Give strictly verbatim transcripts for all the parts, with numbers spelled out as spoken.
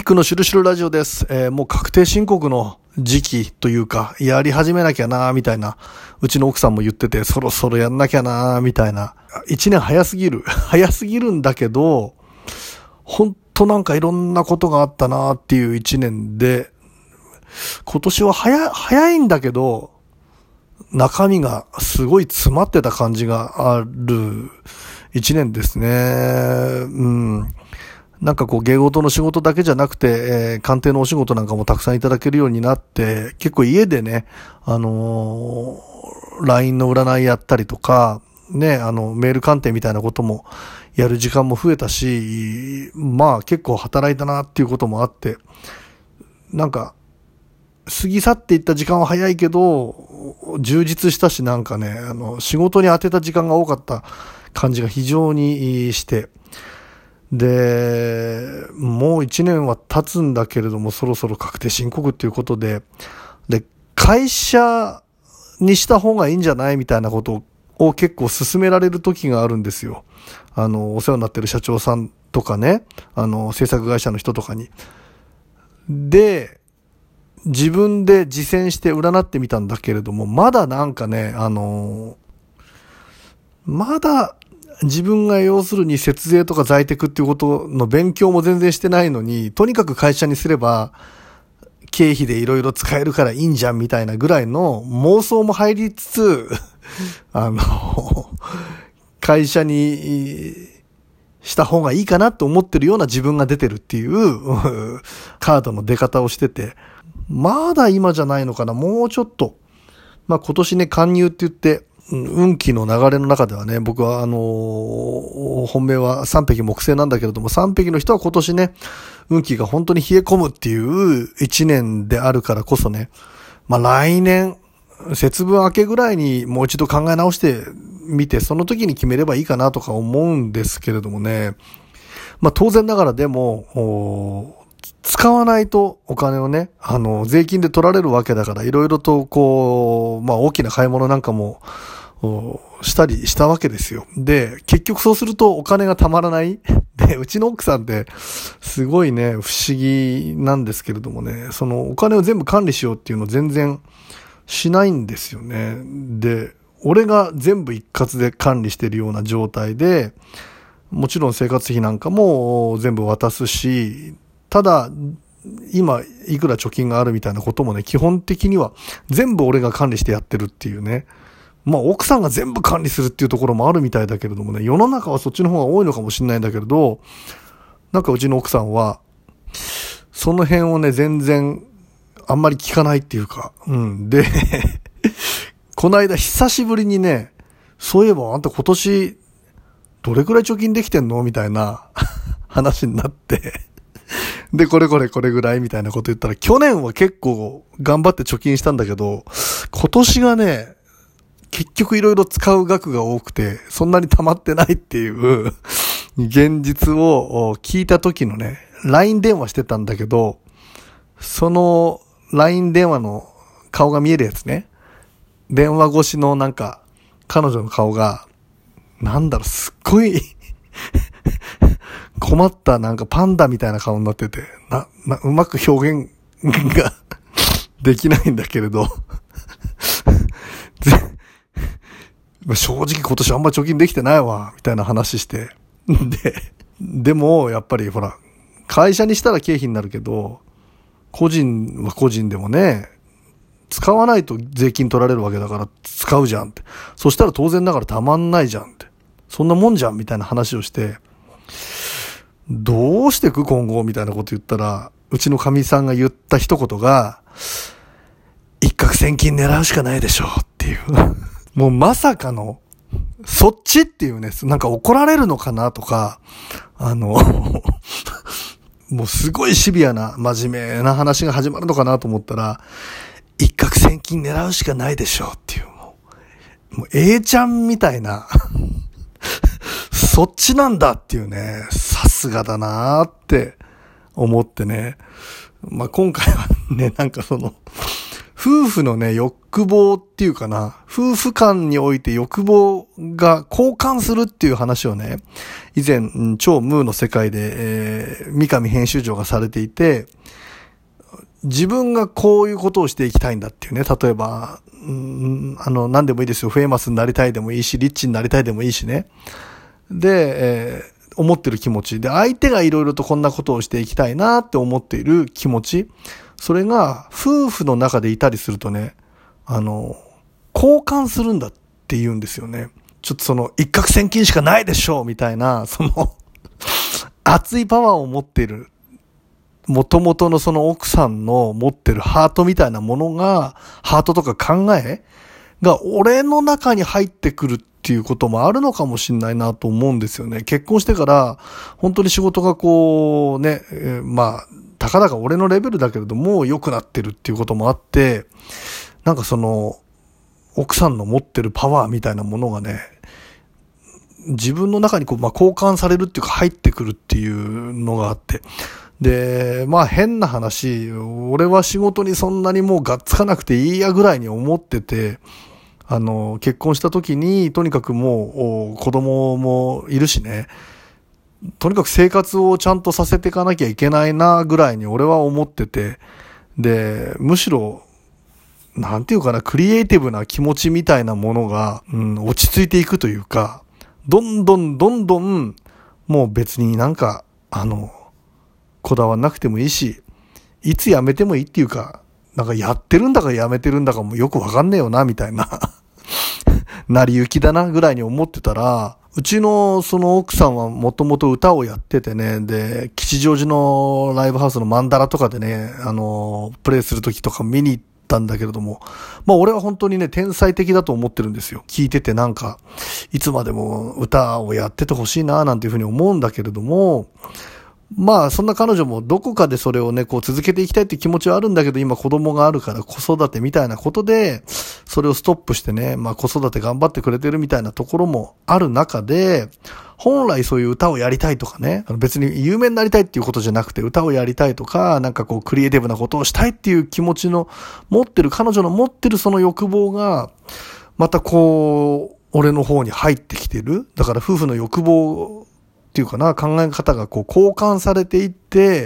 クのシュルシュルラジオです。えー、もう確定申告の時期というか、やり始めなきゃなーみたいな、うちの奥さんも言ってて、そろそろやんなきゃなーみたいな。一年早すぎる。早すぎるんだけど、ほんとなんかいろんなことがあったなーっていう一年で、今年は早、早いんだけど、中身がすごい詰まってた感じがある一年ですね。うん。なんかこう芸事の仕事だけじゃなくて、えー、鑑定のお仕事なんかもたくさんいただけるようになって、結構家でね、あのー、ライン の占いやったりとか、ね、あの、メール鑑定みたいなこともやる時間も増えたし、まあ結構働いたなっていうこともあって、なんか、過ぎ去っていった時間は早いけど、充実したしなんかね、あの、仕事に当てた時間が多かった感じが非常にして、で、もう一年は経つんだけれども、そろそろ確定申告っていうことで、で、会社にした方がいいんじゃないみたいなことを結構勧められる時があるんですよ。あの、お世話になってる社長さんとかね、あの、制作会社の人とかに。で、自分で実践して占ってみたんだけれども、まだなんかね、あの、まだ、自分が要するに節税とか在宅っていうことの勉強も全然してないのに、とにかく会社にすれば経費でいろいろ使えるからいいんじゃんみたいなぐらいの妄想も入りつつ、あの、会社にした方がいいかなと思ってるような自分が出てるっていうカードの出方をしてて、まだ今じゃないのかな、もうちょっと。まあ今年ね、勧入って言って、運気の流れの中ではね、僕はあのー、本命は三匹木星なんだけれども、三匹の人は今年ね、運気が本当に冷え込むっていう一年であるからこそね、まあ来年、節分明けぐらいにもう一度考え直してみて、その時に決めればいいかなとか思うんですけれどもね、まあ当然ながらでも、使わないとお金をね、あの、税金で取られるわけだから、いろいろとこう、まあ大きな買い物なんかも、したりしたわけですよ。で、結局そうするとお金がたまらない。で、うちの奥さんって、すごいね、不思議なんですけれどもね、そのお金を全部管理しようっていうのを全然しないんですよね。で、俺が全部一括で管理してるような状態で、もちろん生活費なんかも全部渡すし、ただ、今、いくら貯金があるみたいなこともね、基本的には全部俺が管理してやってるっていうね。まあ、奥さんが全部管理するっていうところもあるみたいだけれどもね、世の中はそっちの方が多いのかもしれないんだけれど、なんかうちの奥さんは、その辺をね、全然、あんまり聞かないっていうか、うん。で、この間久しぶりにね、そういえばあんた今年、どれくらい貯金できてんのみたいな話になって、で、これこれこれぐらいみたいなこと言ったら、去年は結構頑張って貯金したんだけど、今年がね、結局いろいろ使う額が多くて、そんなに溜まってないっていう現実を聞いた時のね、ライン 電話してたんだけど、その ライン 電話の顔が見えるやつね。電話越しのなんか、彼女の顔が、なんだろう、すっごい困ったなんかパンダみたいな顔になってて、な、な、うまく表現ができないんだけれど正直今年あんま貯金できてないわ、みたいな話して。で、でも、やっぱりほら、会社にしたら経費になるけど、個人は個人でもね、使わないと税金取られるわけだから使うじゃんって。そしたら当然ながらたまんないじゃんって。そんなもんじゃんみたいな話をして、どうしてく今後みたいなこと言ったら、うちのかみさんが言った一言が、一攫千金狙うしかないでしょっていう。もうまさかの、そっちっていうね、なんか怒られるのかなとか、あの、もうすごいシビアな真面目な話が始まるのかなと思ったら、一攫千金狙うしかないでしょっていう、もう、もう A ちゃんみたいな、そっちなんだっていうね、さすがだなーって思ってね。まあ、今回はね、なんかその、 夫婦のね、欲望っていうかな、夫婦間において欲望が交換するっていう話をね、以前、超ムーの世界で、えー、三上編集長がされていて、自分がこういうことをしていきたいんだっていうね、例えば、うん、あの、何でもいいですよ。フェイマスになりたいでもいいし、リッチになりたいでもいいしね。で、えー、思ってる気持ち。で、相手がいろいろとこんなことをしていきたいなって思っている気持ち。それが夫婦の中でいたりするとね、あの、交換するんだって言うんですよね。ちょっとその一攫千金しかないでしょうみたいな、その熱いパワーを持っている、元々のその奥さんの持ってるハートみたいなものが、ハートとか考えが俺の中に入ってくるっていうこともあるのかもしれないなと思うんですよね。結婚してから本当に仕事がこうね、えー、まあ、たかだか俺のレベルだけれども良くなってるっていうこともあって、なんかその奥さんの持ってるパワーみたいなものがね、自分の中にこう、まあ、交換されるっていうか入ってくるっていうのがあって、で、まあ変な話、俺は仕事にそんなにもうがっつかなくていいやぐらいに思ってて、あの、結婚した時にとにかくもう子供もいるしね、とにかく生活をちゃんとさせていかなきゃいけないなぐらいに俺は思ってて、で、むしろ、なんていうかな、クリエイティブな気持ちみたいなものが、うん、落ち着いていくというか、どんどんどんどん、もう別になんか、あの、こだわんなくてもいいし、いつ辞めてもいいっていうか、なんかやってるんだか辞めてるんだかもよくわかんねえよな、みたいな、成り行きだなぐらいに思ってたら、うちのその奥さんはもともと歌をやっててね、で、吉祥寺のライブハウスのマンダラとかでね、あの、プレイするときとか見に行ったんだけれども、まあ俺は本当にね、天才的だと思ってるんですよ。聞いててなんか、いつまでも歌をやっててほしいな、なんていうふうに思うんだけれども、まあそんな彼女もどこかでそれをねこう続けていきたいっていう気持ちはあるんだけど、今子供があるから子育てみたいなことでそれをストップしてね、まあ子育て頑張ってくれてるみたいなところもある中で、本来そういう歌をやりたいとかね、別に有名になりたいっていうことじゃなくて歌をやりたいとか、なんかこうクリエイティブなことをしたいっていう気持ちの持ってる、彼女の持ってるその欲望がまたこう俺の方に入ってきてる。だから夫婦の欲望っていうかな、考え方がこう交換されていって、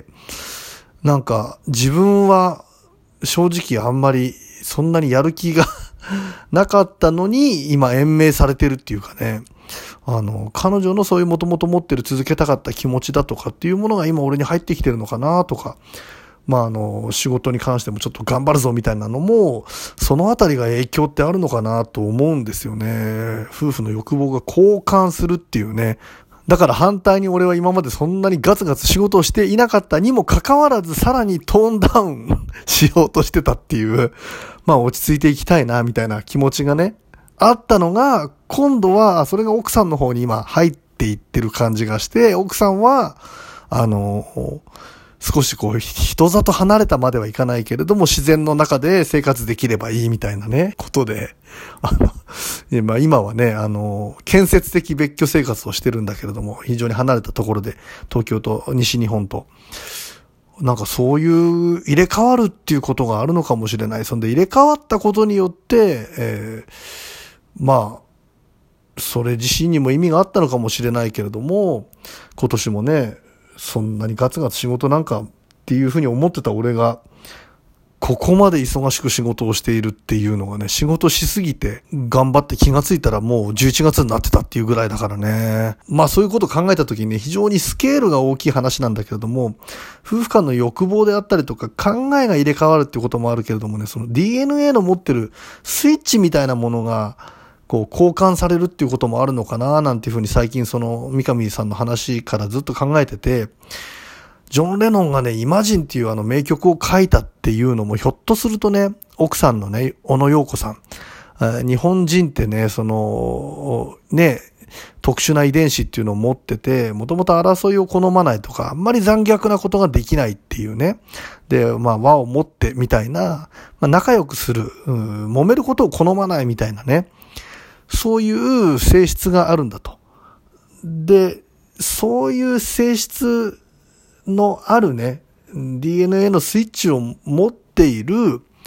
なんか自分は正直あんまりそんなにやる気がなかったのに今延命されてるっていうかね、あの彼女のそういうもともと持ってる続けたかった気持ちだとかっていうものが今俺に入ってきてるのかなとか、まああの仕事に関してもちょっと頑張るぞみたいなのもそのあたりが影響ってあるのかなと思うんですよね。夫婦の欲望が交換するっていうね。だから反対に俺は今までそんなにガツガツ仕事をしていなかったにもかかわらずさらにトーンダウンしようとしてたっていう、まあ落ち着いていきたいなみたいな気持ちがね、あったのが、今度はそれが奥さんの方に今入っていってる感じがして、奥さんは、あの、少しこう人里離れたまではいかないけれども自然の中で生活できればいいみたいなねことで、あの、まあ、今はねあの建設的別居生活をしてるんだけれども、非常に離れたところで東京と西日本となんかそういう入れ替わるっていうことがあるのかもしれない。そんで入れ替わったことによって、えー、まあそれ自身にも意味があったのかもしれないけれども、今年もねそんなにガツガツ仕事なんかっていうふうに思ってた俺がここまで忙しく仕事をしているっていうのがね、仕事しすぎて頑張って気がついたらもうじゅういちがつになってたっていうぐらいだからね。まあそういうことを考えた時にね、非常にスケールが大きい話なんだけれども、夫婦間の欲望であったりとか考えが入れ替わるっていうこともあるけれどもね、その ディーエヌエー の持ってるスイッチみたいなものがこう交換されるっていうこともあるのかななんていうふうに最近その三上さんの話からずっと考えてて、ジョン・レノンがね、イマジンっていうあの名曲を書いたっていうのもひょっとするとね、奥さんのね、小野陽子さん、日本人ってね、その、ね、特殊な遺伝子っていうのを持ってて、もともと争いを好まないとか、あんまり残虐なことができないっていうね。で、まあ和を持ってみたいな、まあ、仲良くする、うん、揉めることを好まないみたいなね。そういう性質があるんだと。で、そういう性質のあるね、ディーエヌエー のスイッチを持っている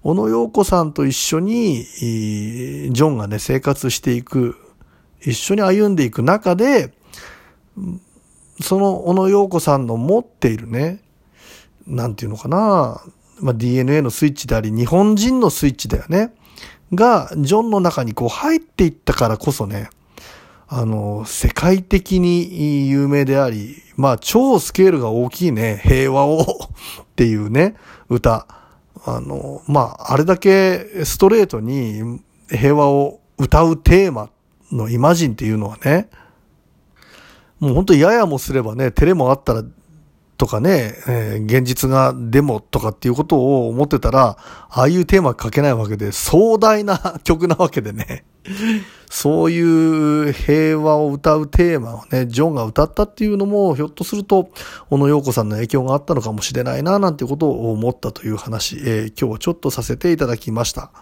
小野陽子さんと一緒に、ジョンがね、生活していく、一緒に歩んでいく中で、その小野陽子さんの持っているね、なんていうのかな、まあ、ディーエヌエー のスイッチであり、日本人のスイッチだよね。が、ジョンの中にこう入っていったからこそね、あの、世界的に有名であり、まあ、超スケールが大きいね、平和をっていうね、歌。あの、まあ、あれだけストレートに平和を歌うテーマのイマジンっていうのはね、もう本当ややもすればね、照れもあったらとかね、えー、現実がデモとかっていうことを思ってたら、ああいうテーマ書けないわけで、壮大な曲なわけでね、そういう平和を歌うテーマをね、ジョンが歌ったっていうのも、ひょっとすると、小野陽子さんの影響があったのかもしれないな、なんてことを思ったという話、えー、今日はちょっとさせていただきました。